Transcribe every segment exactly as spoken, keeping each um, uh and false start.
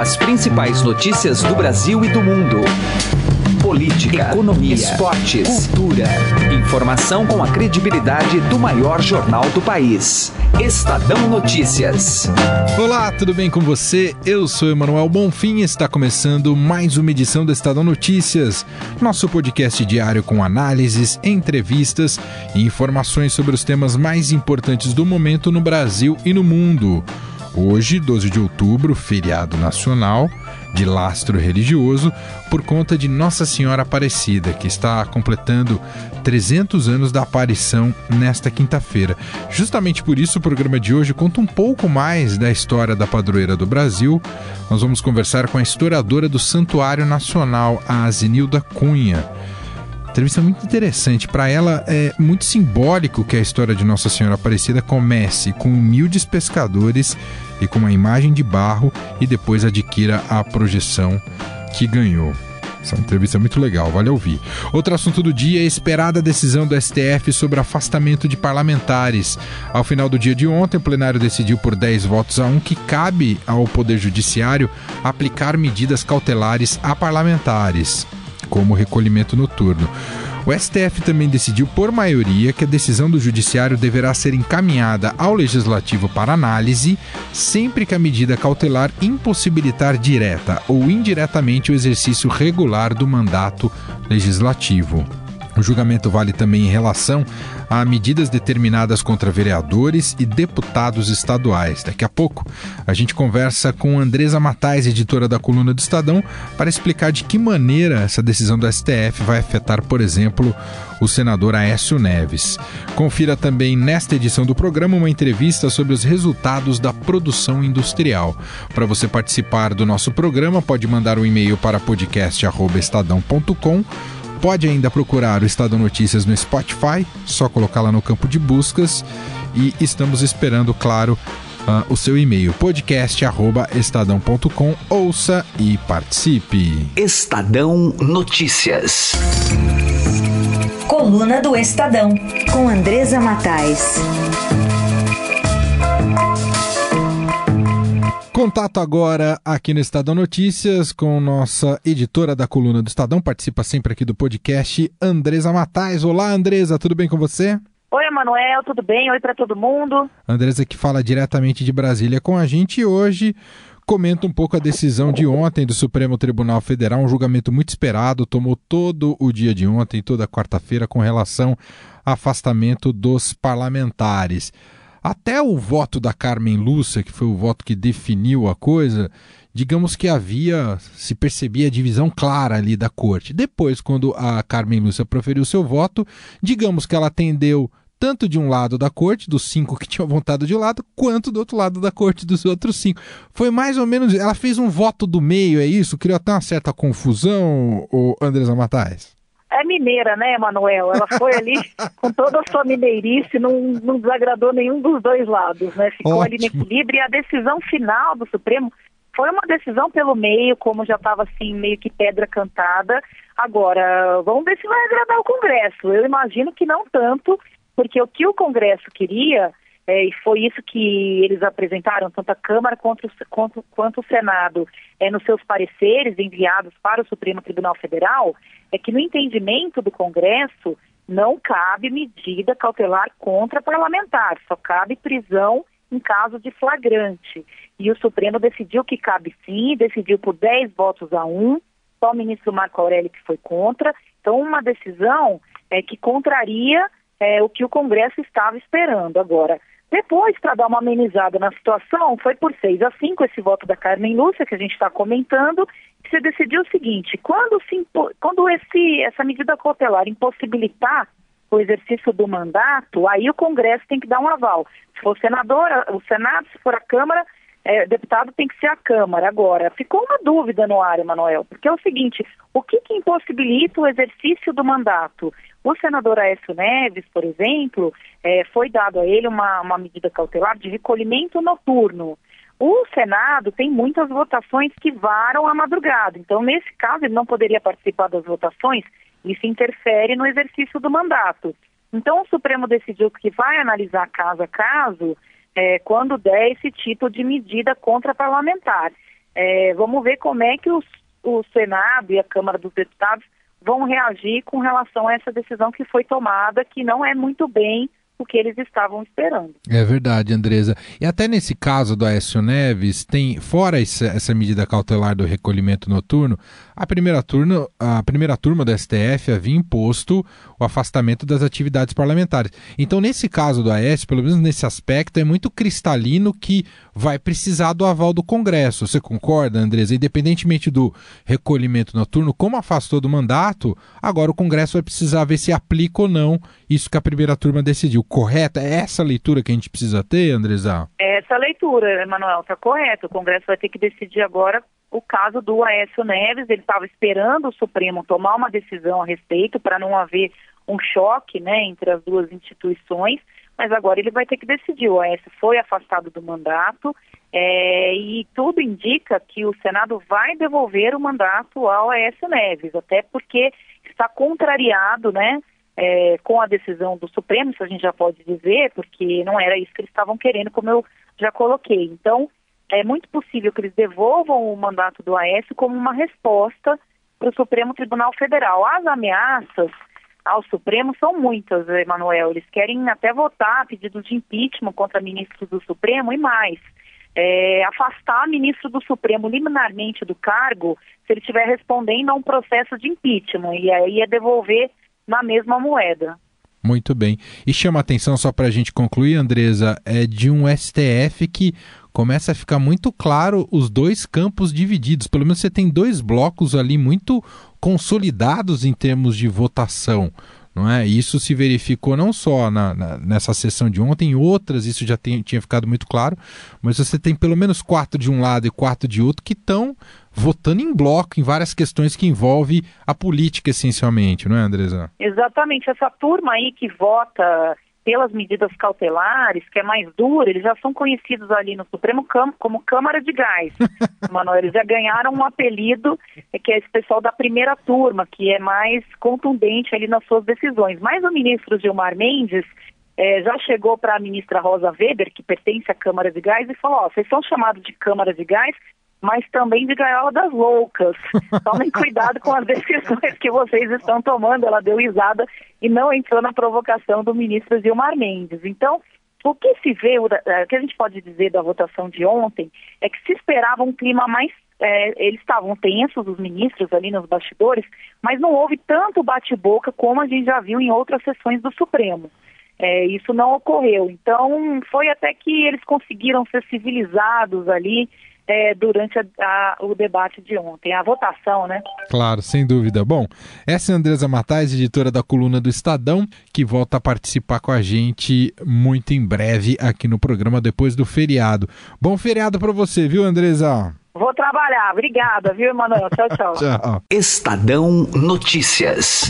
As principais notícias do Brasil e do mundo. Política, economia, esportes, cultura. Informação com a credibilidade do maior jornal do país. Estadão Notícias. Olá, tudo bem com você? Eu sou Emanuel Bonfim e está começando mais uma edição do Estadão Notícias, nosso podcast diário com análises, entrevistas e informações sobre os temas mais importantes do momento no Brasil e no mundo. Hoje, doze de outubro, feriado nacional de lastro religioso por conta de Nossa Senhora Aparecida, que está completando trezentos anos da aparição nesta quinta-feira. Justamente por isso, o programa de hoje conta um pouco mais da história da padroeira do Brasil. Nós vamos conversar com a historiadora do Santuário Nacional, a Zenilda Cunha. Entrevista muito interessante. Para ela é muito simbólico que a história de Nossa Senhora Aparecida comece com humildes pescadores e com uma imagem de barro e depois adquira a projeção que ganhou. Essa entrevista é muito legal, vale ouvir. Outro assunto do dia é a esperada decisão do S T F sobre afastamento de parlamentares. Ao final do dia de ontem, o plenário decidiu por dez votos a um que cabe ao Poder Judiciário aplicar medidas cautelares a parlamentares, como recolhimento noturno. O S T F também decidiu por maioria que a decisão do Judiciário deverá ser encaminhada ao Legislativo para análise sempre que a medida cautelar impossibilitar direta ou indiretamente o exercício regular do mandato legislativo. O julgamento vale também em relação a medidas determinadas contra vereadores e deputados estaduais. Daqui a pouco a gente conversa com Andresa Matais, editora da coluna do Estadão, para explicar de que maneira essa decisão do S T F vai afetar, por exemplo, o senador Aécio Neves. Confira também nesta edição do programa uma entrevista sobre os resultados da produção industrial. Para você participar do nosso programa, pode mandar um e-mail para podcast arroba estadão ponto com. Pode ainda procurar o Estadão Notícias no Spotify, só colocar lá no campo de buscas, e estamos esperando, claro, uh, o seu e-mail, podcast arroba estadão ponto com. Ouça e participe. Estadão Notícias. Coluna do Estadão, com Andresa Matais. Contato agora aqui no Estadão Notícias com nossa editora da coluna do Estadão, participa sempre aqui do podcast, Andresa Matais. Olá, Andresa, tudo bem com você? Oi, Emanuel, tudo bem? Oi para todo mundo. Andresa que fala diretamente de Brasília com a gente e hoje comenta um pouco a decisão de ontem do Supremo Tribunal Federal, um julgamento muito esperado, tomou todo o dia de ontem, toda quarta-feira, com relação ao afastamento dos parlamentares. Até o voto da Carmen Lúcia, que foi o voto que definiu a coisa, digamos que havia, se percebia a divisão clara ali da corte. Depois, quando a Carmen Lúcia proferiu seu voto, digamos que ela atendeu tanto de um lado da corte, dos cinco que tinham votado de um lado, quanto do outro lado da corte, dos outros cinco. Foi mais ou menos, ela fez um voto do meio, é isso? Criou até uma certa confusão, o Andresa Matais? É mineira, né, Emanuel? Ela foi ali com toda a sua mineirice, não, não desagradou nenhum dos dois lados, né? Ficou Ótimo. ali no equilíbrio, e a decisão final do Supremo foi uma decisão pelo meio, como já estava assim, meio que pedra cantada. Agora, vamos ver se vai agradar o Congresso. Eu imagino que não tanto, porque o que o Congresso queria, é, e foi isso que eles apresentaram, tanto a Câmara quanto, quanto, quanto o Senado, é, nos seus pareceres enviados para o Supremo Tribunal Federal, é que no entendimento do Congresso não cabe medida cautelar contra parlamentar, só cabe prisão em caso de flagrante. E o Supremo decidiu que cabe sim, decidiu por dez votos a um, só o ministro Marco Aurélio que foi contra. Então, uma decisão é, que contraria é, o que o Congresso estava esperando. Agora, depois, para dar uma amenizada na situação, foi por seis a cinco esse voto da Carmen Lúcia, que a gente está comentando, que se decidiu o seguinte: quando, se impo- quando esse, essa medida cautelar impossibilitar o exercício do mandato, aí o Congresso tem que dar um aval. Se for o senador, o Senado, se for a Câmara, é, deputado tem que ser a Câmara. Agora, ficou uma dúvida no ar, Emanuel, porque é o seguinte: o que, que impossibilita o exercício do mandato? O senador Aécio Neves, por exemplo, é, foi dado a ele uma, uma medida cautelar de recolhimento noturno. O Senado tem muitas votações que varam a madrugada, então nesse caso ele não poderia participar das votações, isso interfere no exercício do mandato. Então o Supremo decidiu que vai analisar caso a caso é, quando der esse tipo de medida contra parlamentar. É, vamos ver como é que os, o Senado e a Câmara dos Deputados vão reagir com relação a essa decisão que foi tomada, que não é muito bem o que eles estavam esperando. É verdade, Andresa. E até nesse caso do Aécio Neves, tem, fora essa, essa medida cautelar do recolhimento noturno, a primeira, turma, a primeira turma do S T F havia imposto o afastamento das atividades parlamentares. Então, nesse caso do Aécio, pelo menos nesse aspecto, é muito cristalino que vai precisar do aval do Congresso. Você concorda, Andresa? Independentemente do recolhimento noturno, como afastou do mandato, agora o Congresso vai precisar ver se aplica ou não isso que a primeira turma decidiu. Correta? É essa leitura que a gente precisa ter, Andresa? É essa leitura, Emanuel, está correto. O Congresso vai ter que decidir agora o caso do Aécio Neves. Ele estava esperando o Supremo tomar uma decisão a respeito para não haver um choque, né, entre as duas instituições, mas agora ele vai ter que decidir. O Aécio foi afastado do mandato é, e tudo indica que o Senado vai devolver o mandato ao Aécio Neves, até porque está contrariado, né, É, com a decisão do Supremo, isso a gente já pode dizer, porque não era isso que eles estavam querendo, como eu já coloquei. Então, é muito possível que eles devolvam o mandato do Aécio como uma resposta para o Supremo Tribunal Federal. As ameaças ao Supremo são muitas, Emanuel. Eles querem até votar pedidos de impeachment contra ministros do Supremo e mais. É, afastar ministro do Supremo liminarmente do cargo se ele estiver respondendo a um processo de impeachment, e aí é devolver na mesma moeda. Muito bem. E chama a atenção, só para a gente concluir, Andresa, é de um S T F que começa a ficar muito claro os dois campos divididos. Pelo menos você tem dois blocos ali muito consolidados em termos de votação, não é? Isso se verificou não só na, na, nessa sessão de ontem, em outras isso já tem, tinha ficado muito claro, mas você tem pelo menos quatro de um lado e quatro de outro que estão votando em bloco em várias questões que envolvem a política essencialmente, não é, Andresa? Exatamente. Essa turma aí que vota pelas medidas cautelares, que é mais dura, eles já são conhecidos ali no Supremo como Câmara de Gás. Manoel, eles já ganharam um apelido, que é esse pessoal da primeira turma, que é mais contundente ali nas suas decisões. Mas o ministro Gilmar Mendes é, já chegou para a ministra Rosa Weber, que pertence à Câmara de Gás, e falou, ó, vocês são chamados de Câmara de Gás, mas também de gaiola das loucas. Tomem cuidado com as decisões que vocês estão tomando. Ela deu risada e não entrou na provocação do ministro Gilmar Mendes. Então, o que se vê, o que a gente pode dizer da votação de ontem, é que se esperava um clima mais... É, eles estavam tensos, os ministros ali nos bastidores, mas não houve tanto bate-boca como a gente já viu em outras sessões do Supremo. É, isso não ocorreu. Então, foi até que eles conseguiram ser civilizados ali, É, durante a, a, o debate de ontem, a votação, né? Claro, sem dúvida. Bom, essa é a Andresa Matais, editora da coluna do Estadão, que volta a participar com a gente muito em breve aqui no programa depois do feriado. Bom feriado para você, viu, Andresa? Vou trabalhar. Obrigada, viu, Emanuel? Tchau, tchau. Tchau. Estadão Notícias.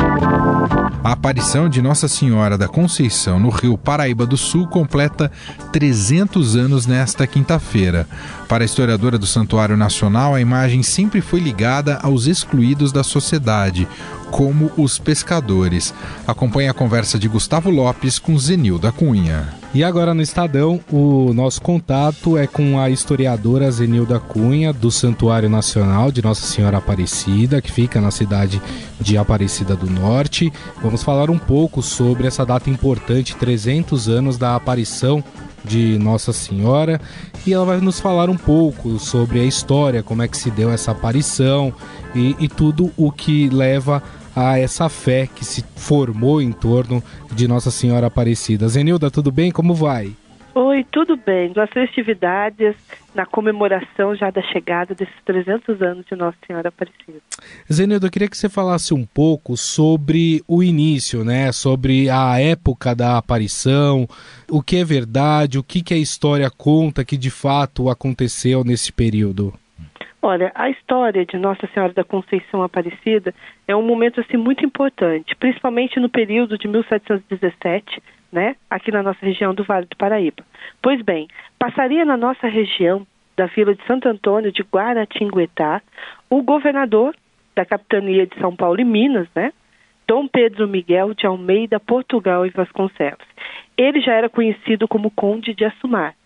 A aparição de Nossa Senhora da Conceição no Rio Paraíba do Sul completa trezentos anos nesta quinta-feira. Para a historiadora do Santuário Nacional, a imagem sempre foi ligada aos excluídos da sociedade, como os pescadores. Acompanhe a conversa de Gustavo Lopes com Zenilda Cunha. E agora no Estadão, o nosso contato é com a historiadora Zenilda Cunha, do Santuário Nacional de Nossa Senhora Aparecida, que fica na cidade de Aparecida do Norte. Vamos falar um pouco sobre essa data importante, trezentos anos da aparição de Nossa Senhora, e ela vai nos falar um pouco sobre a história, como é que se deu essa aparição e, e tudo o que leva a essa fé que se formou em torno de Nossa Senhora Aparecida. Zenilda, tudo bem? Como vai? Oi, tudo bem. Nas festividades, na comemoração já da chegada desses trezentos anos de Nossa Senhora Aparecida. Zenilda, eu queria que você falasse um pouco sobre o início, né? Sobre a época da aparição, o que é verdade, o que, que a história conta que de fato aconteceu nesse período. Olha, a história de Nossa Senhora da Conceição Aparecida é um momento assim, muito importante, principalmente no período de mil setecentos e dezessete, né, aqui na nossa região do Vale do Paraíba. Pois bem, passaria na nossa região da Vila de Santo Antônio de Guaratinguetá o governador da capitania de São Paulo e Minas, né, Dom Pedro Miguel de Almeida, Portugal e Vasconcelos. Ele já era conhecido como Conde de Assumar.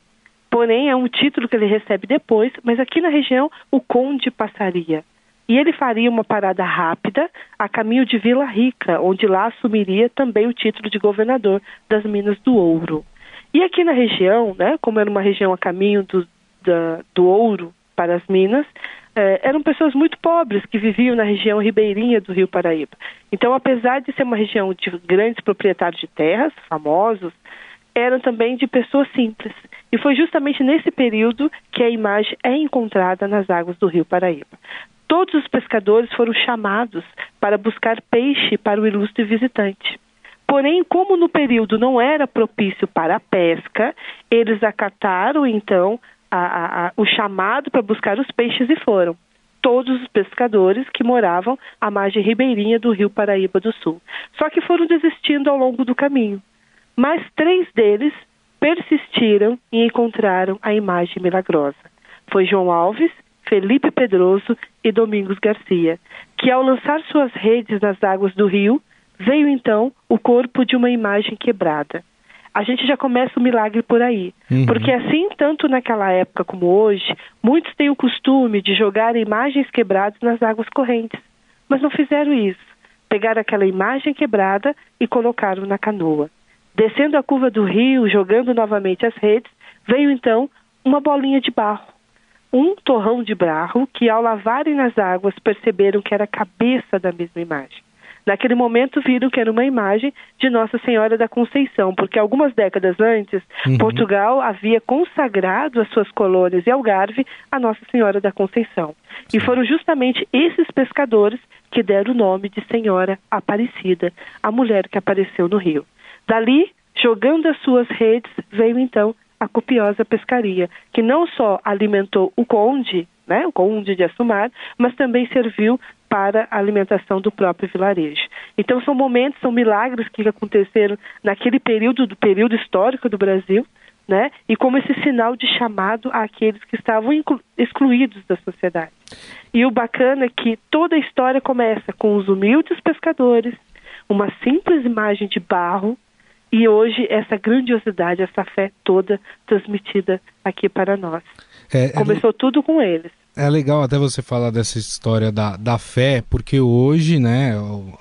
porém é um título que ele recebe depois, mas aqui na região o conde passaria. E ele faria uma parada rápida a caminho de Vila Rica, onde lá assumiria também o título de governador das Minas do Ouro. E aqui na região, né, como era uma região a caminho do, da, do ouro para as Minas, eh, eram pessoas muito pobres que viviam na região ribeirinha do Rio Paraíba. Então, apesar de ser uma região de grandes proprietários de terras, famosos, eram também de pessoas simples. E foi justamente nesse período que a imagem é encontrada nas águas do Rio Paraíba. Todos os pescadores foram chamados para buscar peixe para o ilustre visitante. Porém, como no período não era propício para a pesca, eles acataram, então, a, a, a, o chamado para buscar os peixes e foram. Todos os pescadores que moravam à margem ribeirinha do Rio Paraíba do Sul. Só que foram desistindo ao longo do caminho. Mas três deles persistiram e encontraram a imagem milagrosa. Foi João Alves, Felipe Pedroso e Domingos Garcia, que ao lançar suas redes nas águas do rio, veio então o corpo de uma imagem quebrada. A gente já começa o milagre por aí, uhum. porque assim, tanto naquela época como hoje, muitos têm o costume de jogar imagens quebradas nas águas correntes, mas não fizeram isso. Pegaram aquela imagem quebrada e colocaram na canoa. Descendo a curva do rio, jogando novamente as redes, veio então uma bolinha de barro. Um torrão de barro que, ao lavarem nas águas, perceberam que era a cabeça da mesma imagem. Naquele momento, viram que era uma imagem de Nossa Senhora da Conceição, porque algumas décadas antes, uhum. Portugal havia consagrado as suas colônias e Algarve a Nossa Senhora da Conceição. Sim. E foram justamente esses pescadores que deram o nome de Senhora Aparecida, a mulher que apareceu no rio. Dali, jogando as suas redes, veio então a copiosa pescaria, que não só alimentou o conde, né, o conde de Assumar, mas também serviu para a alimentação do próprio vilarejo. Então são momentos, são milagres que aconteceram naquele período, do período histórico do Brasil, né, e como esse sinal de chamado àqueles que estavam inclu- excluídos da sociedade. E o bacana é que toda a história começa com os humildes pescadores, uma simples imagem de barro, e hoje essa grandiosidade, essa fé toda transmitida aqui para nós. É, Começou é, tudo com eles. É legal até você falar dessa história da, da fé, porque hoje, né,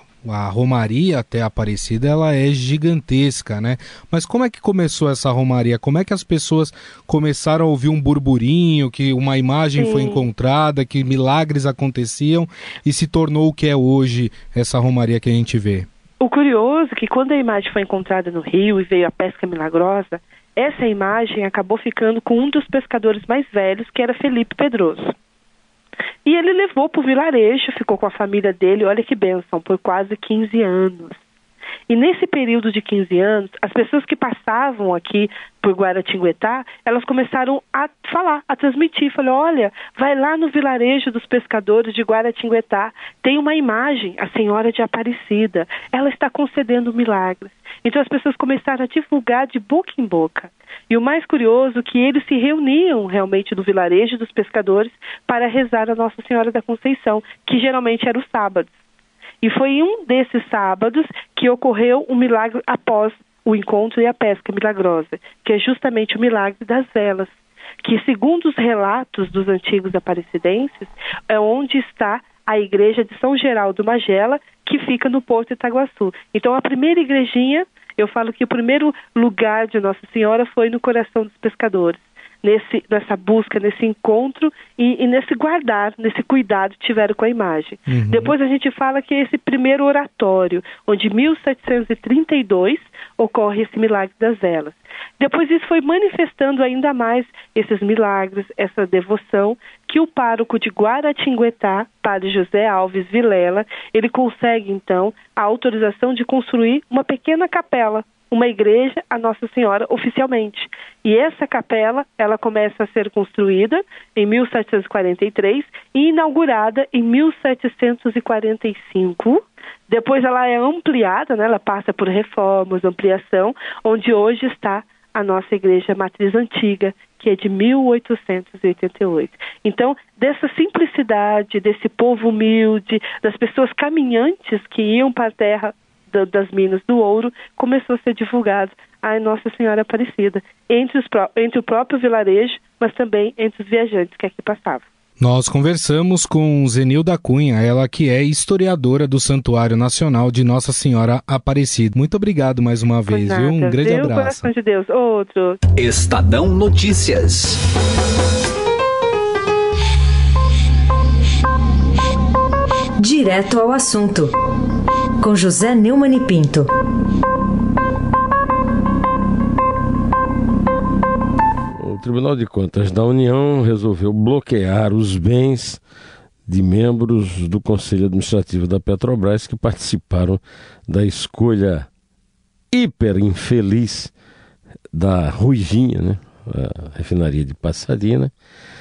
a romaria até Aparecida, ela é gigantesca, né? Mas como é que começou essa romaria? Como é que as pessoas começaram a ouvir um burburinho, que uma imagem Sim. foi encontrada, que milagres aconteciam e se tornou o que é hoje essa romaria que a gente vê? O curioso é que quando a imagem foi encontrada no rio e veio a pesca milagrosa, essa imagem acabou ficando com um dos pescadores mais velhos, que era Felipe Pedroso. E ele levou para o vilarejo, ficou com a família dele, olha que bênção, por quase quinze anos. E nesse período de quinze anos, as pessoas que passavam aqui por Guaratinguetá, elas começaram a falar, a transmitir. Falaram, olha, vai lá no vilarejo dos pescadores de Guaratinguetá, tem uma imagem, a Senhora de Aparecida, ela está concedendo milagres. Então as pessoas começaram a divulgar de boca em boca. E o mais curioso é que eles se reuniam realmente no vilarejo dos pescadores para rezar a Nossa Senhora da Conceição, que geralmente era os sábados. E foi em um desses sábados que ocorreu um milagre após o encontro e a pesca milagrosa, que é justamente o milagre das velas, que segundo os relatos dos antigos aparecidenses, é onde está a igreja de São Geraldo Magela, que fica no Porto Itaguaçu. Então a primeira igrejinha, eu falo que o primeiro lugar de Nossa Senhora foi no coração dos pescadores. Nesse, nessa busca, nesse encontro e, e nesse guardar, nesse cuidado que tiveram com a imagem. Uhum. Depois a gente fala que é esse primeiro oratório, onde em mil setecentos e trinta e dois ocorre esse milagre das velas. Depois isso foi manifestando ainda mais esses milagres, essa devoção, que o pároco de Guaratinguetá, Padre José Alves Vilela, ele consegue então a autorização de construir uma pequena capela, uma igreja a Nossa Senhora oficialmente. E essa capela, ela começa a ser construída em mil setecentos e quarenta e três e inaugurada em mil setecentos e quarenta e cinco. Depois ela é ampliada, né? Ela passa por reformas, ampliação, onde hoje está a nossa igreja matriz antiga, que é de mil oitocentos e oitenta e oito. Então, dessa simplicidade, desse povo humilde, das pessoas caminhantes que iam para a terra das Minas do Ouro, começou a ser divulgado a Nossa Senhora Aparecida, entre, os, entre o próprio vilarejo, mas também entre os viajantes que aqui passavam. Nós conversamos com Zenilda Cunha, ela que é historiadora do Santuário Nacional de Nossa Senhora Aparecida. Muito obrigado mais uma vez, nada, viu? Um grande viu? abraço. Coração de Deus. Outro. Estadão Notícias. Direto ao assunto, com José Neumann e Pinto. O Tribunal de Contas da União resolveu bloquear os bens de membros do Conselho Administrativo da Petrobras que participaram da escolha hiper infeliz da Ruivinha, né? A refinaria de Passadina,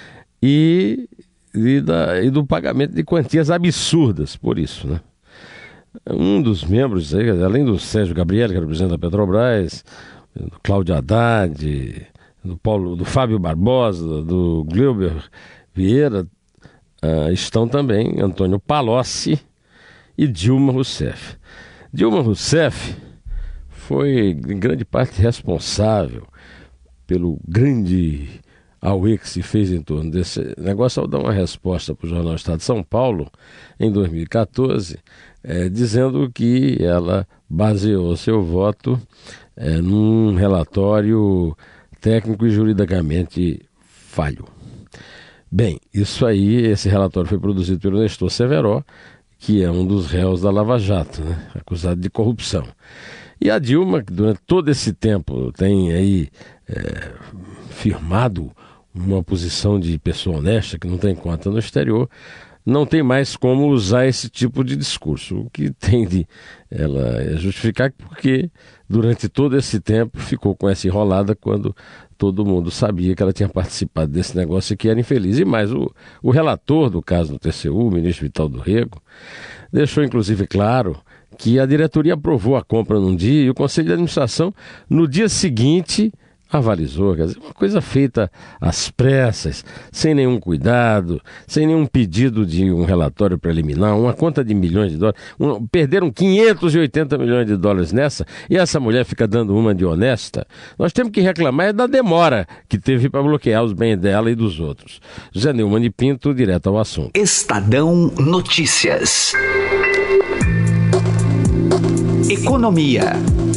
e, e, da, e do pagamento de quantias absurdas por isso, né? Um dos membros, além do Sérgio Gabriel, que era o presidente da Petrobras, do Cláudio Haddad, do, Paulo, do Fábio Barbosa, do Gleuber Vieira, uh, estão também Antônio Palocci e Dilma Rousseff. Dilma Rousseff foi, em grande parte, responsável pelo grande auê que se fez em torno desse negócio, ao dar uma resposta para o Jornal Estado de São Paulo, em dois mil e catorze, é, dizendo que ela baseou seu voto é, num relatório técnico e juridicamente falho. Bem, isso aí, esse relatório foi produzido pelo Nestor Severo, que é um dos réus da Lava Jato, né, acusado de corrupção. E a Dilma, que durante todo esse tempo tem aí é, firmado uma posição de pessoa honesta, que não tem conta no exterior, não tem mais como usar esse tipo de discurso. O que tem de ela justificar, porque durante todo esse tempo ficou com essa enrolada quando todo mundo sabia que ela tinha participado desse negócio e que era infeliz. E mais, o, o relator do caso do T C U, o ministro Vital do Rego, deixou inclusive claro que a diretoria aprovou a compra num dia e o Conselho de Administração, no dia seguinte, avalizou. Quer dizer, uma coisa feita às pressas, sem nenhum cuidado, sem nenhum pedido de um relatório preliminar, uma conta de milhões de dólares. Um, perderam quinhentos e oitenta milhões de dólares nessa, e essa mulher fica dando uma de honesta. Nós temos que reclamar é da demora que teve para bloquear os bens dela e dos outros. José Neumann e Pinto, direto ao assunto. Estadão Notícias. Economia.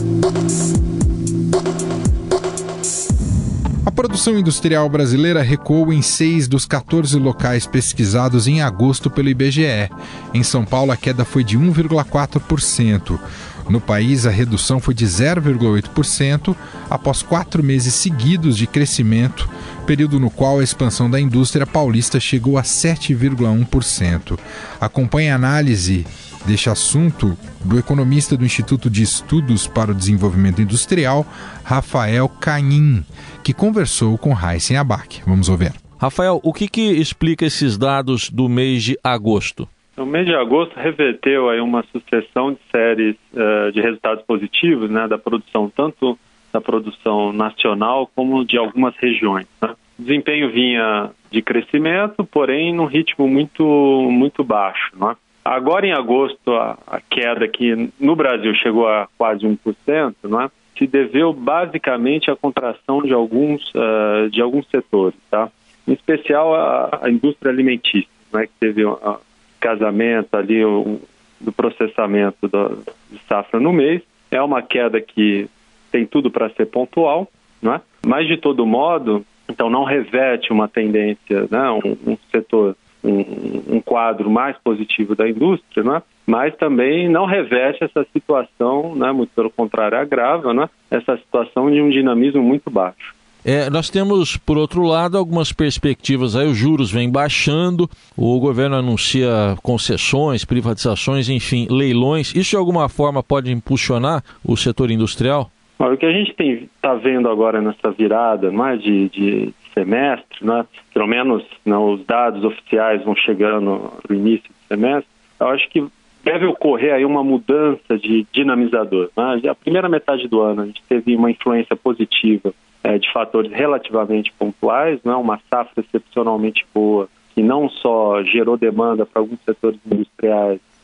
A produção industrial brasileira recuou em seis dos quatorze locais pesquisados em agosto pelo I B G E. Em São Paulo, a queda foi de um vírgula quatro por cento. No país, a redução foi de zero vírgula oito por cento após quatro meses seguidos de crescimento, período no qual a expansão da indústria paulista chegou a sete vírgula um por cento. Acompanhe a análise deste assunto do economista do Instituto de Estudos para o Desenvolvimento Industrial, Rafael Canin, que conversou com Raíssen Abac. Vamos ouvir. Rafael, o que, que explica esses dados do mês de agosto? O mês de agosto reverteu aí uma sucessão de séries uh, de resultados positivos, né, da produção, tanto da produção nacional como de algumas regiões, né? O desempenho vinha de crescimento, porém num ritmo muito, muito baixo, né? Agora, em agosto, a, a queda aqui no Brasil chegou a quase um por cento, né? Se deveu basicamente à contração de alguns, uh, de alguns setores, tá? Em especial a, a indústria alimentícia, né? Que teve um uh, casamento ali um, do processamento da, de safra no mês. É uma queda que tem tudo para ser pontual, né? Mas, de todo modo, então não reverte uma tendência, né? um, um setor... Um, um quadro mais positivo da indústria, né? Mas também não reveste essa situação, né? Muito pelo contrário, agrava, né? Essa situação de um dinamismo muito baixo. É, nós temos, por outro lado, algumas perspectivas. Aí os juros vêm baixando, o governo anuncia concessões, privatizações, enfim, leilões. Isso de alguma forma pode impulsionar o setor industrial? O que a gente está vendo agora nessa virada, não é, de, de semestre, né, pelo menos, né, os dados oficiais vão chegando no início do semestre, eu acho que deve ocorrer aí uma mudança de dinamizador, né? A primeira metade do ano a gente teve uma influência positiva é, de fatores relativamente pontuais, né, uma safra excepcionalmente boa, que não só gerou demanda para alguns setores industriais,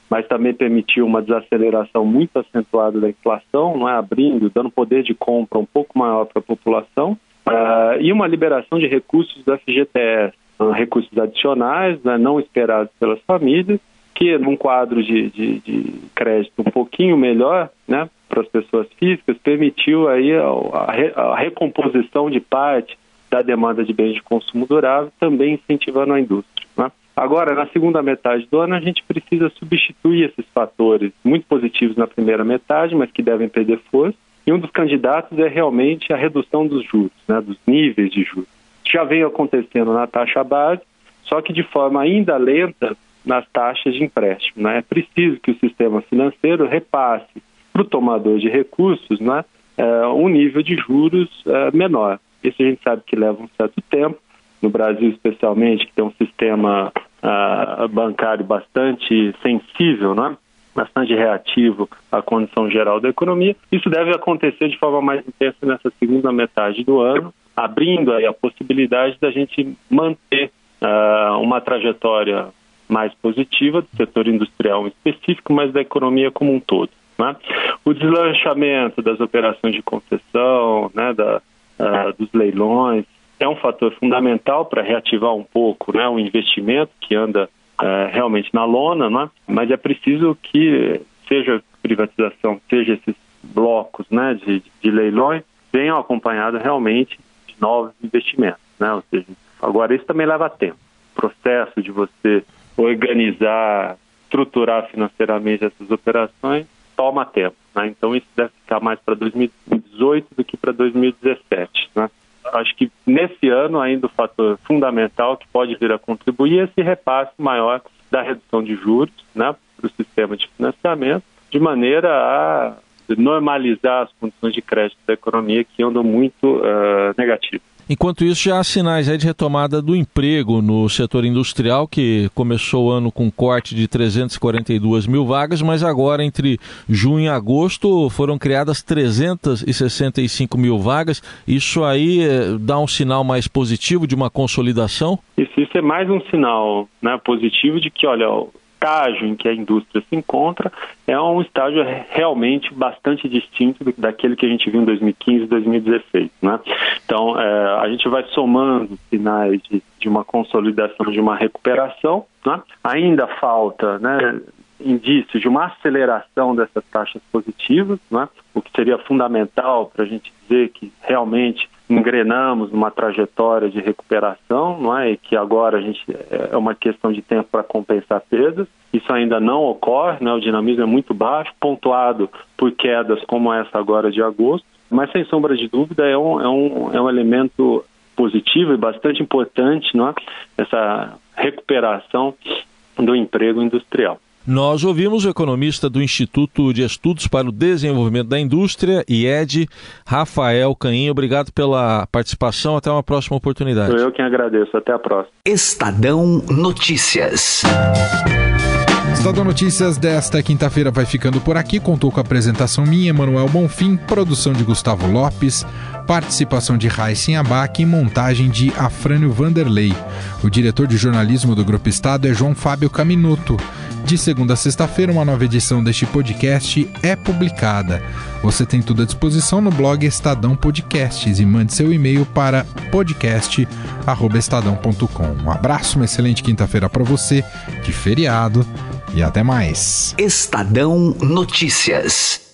mas também permitiu uma desaceleração muito acentuada da inflação, não é? Abrindo, dando poder de compra um pouco maior para a população, uh, e uma liberação de recursos do F G T S, uh, recursos adicionais, né, não esperados pelas famílias, que num quadro de, de, de crédito um pouquinho melhor, né, para as pessoas físicas, permitiu aí a, a, a recomposição de parte da demanda de bens de consumo durável, também incentivando a indústria, né? Agora, na segunda metade do ano, a gente precisa substituir esses fatores muito positivos na primeira metade, mas que devem perder força, e um dos candidatos é realmente a redução dos juros, né, dos níveis de juros. Já vem acontecendo na taxa base, só que de forma ainda lenta nas taxas de empréstimo, né? É preciso que o sistema financeiro repasse para o tomador de recursos, né, é, um nível de juros é, menor. Isso a gente sabe que leva um certo tempo, no Brasil especialmente, que tem um sistema uh, bancário bastante sensível, né, bastante reativo à condição geral da economia. Isso deve acontecer de forma mais intensa nessa segunda metade do ano, abrindo aí a possibilidade da gente manter uh, uma trajetória mais positiva do setor industrial em específico, mas da economia como um todo, né? O deslanchamento das operações de concessão, né, da, uh, dos leilões, é um fator fundamental para reativar um pouco, né, o investimento que anda uh, realmente na lona, né? Mas é preciso que seja privatização, seja esses blocos, né, de, de leilões, venham acompanhados realmente de novos investimentos, né? Ou seja, agora isso também leva tempo. O processo de você organizar, estruturar financeiramente essas operações toma tempo, né? Então isso deve ficar mais para dois mil e dezoito do que para dois mil e dezessete, né? Acho que nesse ano ainda o fator fundamental que pode vir a contribuir é esse repasse maior da redução de juros, né, para o sistema de financiamento, de maneira a normalizar as condições de crédito da economia que andam muito uh, negativas. Enquanto isso, já há sinais aí de retomada do emprego no setor industrial, que começou o ano com corte de trezentas e quarenta e duas mil vagas, mas agora, entre junho e agosto, foram criadas trezentas e sessenta e cinco mil vagas. Isso aí eh, dá um sinal mais positivo de uma consolidação? Isso, isso é mais um sinal, né, positivo de que, olha, o estágio em que a indústria se encontra é um estágio realmente bastante distinto do, daquele que a gente viu em dois mil e quinze e dois mil e dezesseis, né? Então, é, a gente vai somando sinais de, de uma consolidação, de uma recuperação, né? Ainda falta, né, indícios de uma aceleração dessas taxas positivas, né? O que seria fundamental para a gente dizer que realmente engrenamos numa trajetória de recuperação, não é? E que agora a gente é uma questão de tempo para compensar perdas. Isso ainda não ocorre, né? O dinamismo é muito baixo, pontuado por quedas como essa agora de agosto, mas sem sombra de dúvida é um, é um, é um elemento positivo e bastante importante, não é? Essa recuperação do emprego industrial. Nós ouvimos o economista do Instituto de Estudos para o Desenvolvimento da Indústria, I E D, Rafael Cainha. Obrigado pela participação. Até uma próxima oportunidade. Sou eu quem agradeço. Até a próxima. Estadão Notícias. Estadão Notícias desta quinta-feira vai ficando por aqui. Contou com a apresentação minha, Manuel Bonfim, produção de Gustavo Lopes, participação de Raíssen Abac e montagem de Afrânio Vanderlei. O diretor de jornalismo do Grupo Estado é João Fábio Caminuto. De segunda a sexta-feira, uma nova edição deste podcast é publicada. Você tem tudo à disposição no blog Estadão Podcasts e mande seu e-mail para podcast arroba estadão ponto com. Um abraço, uma excelente quinta-feira para você, de feriado, e até mais. Estadão Notícias.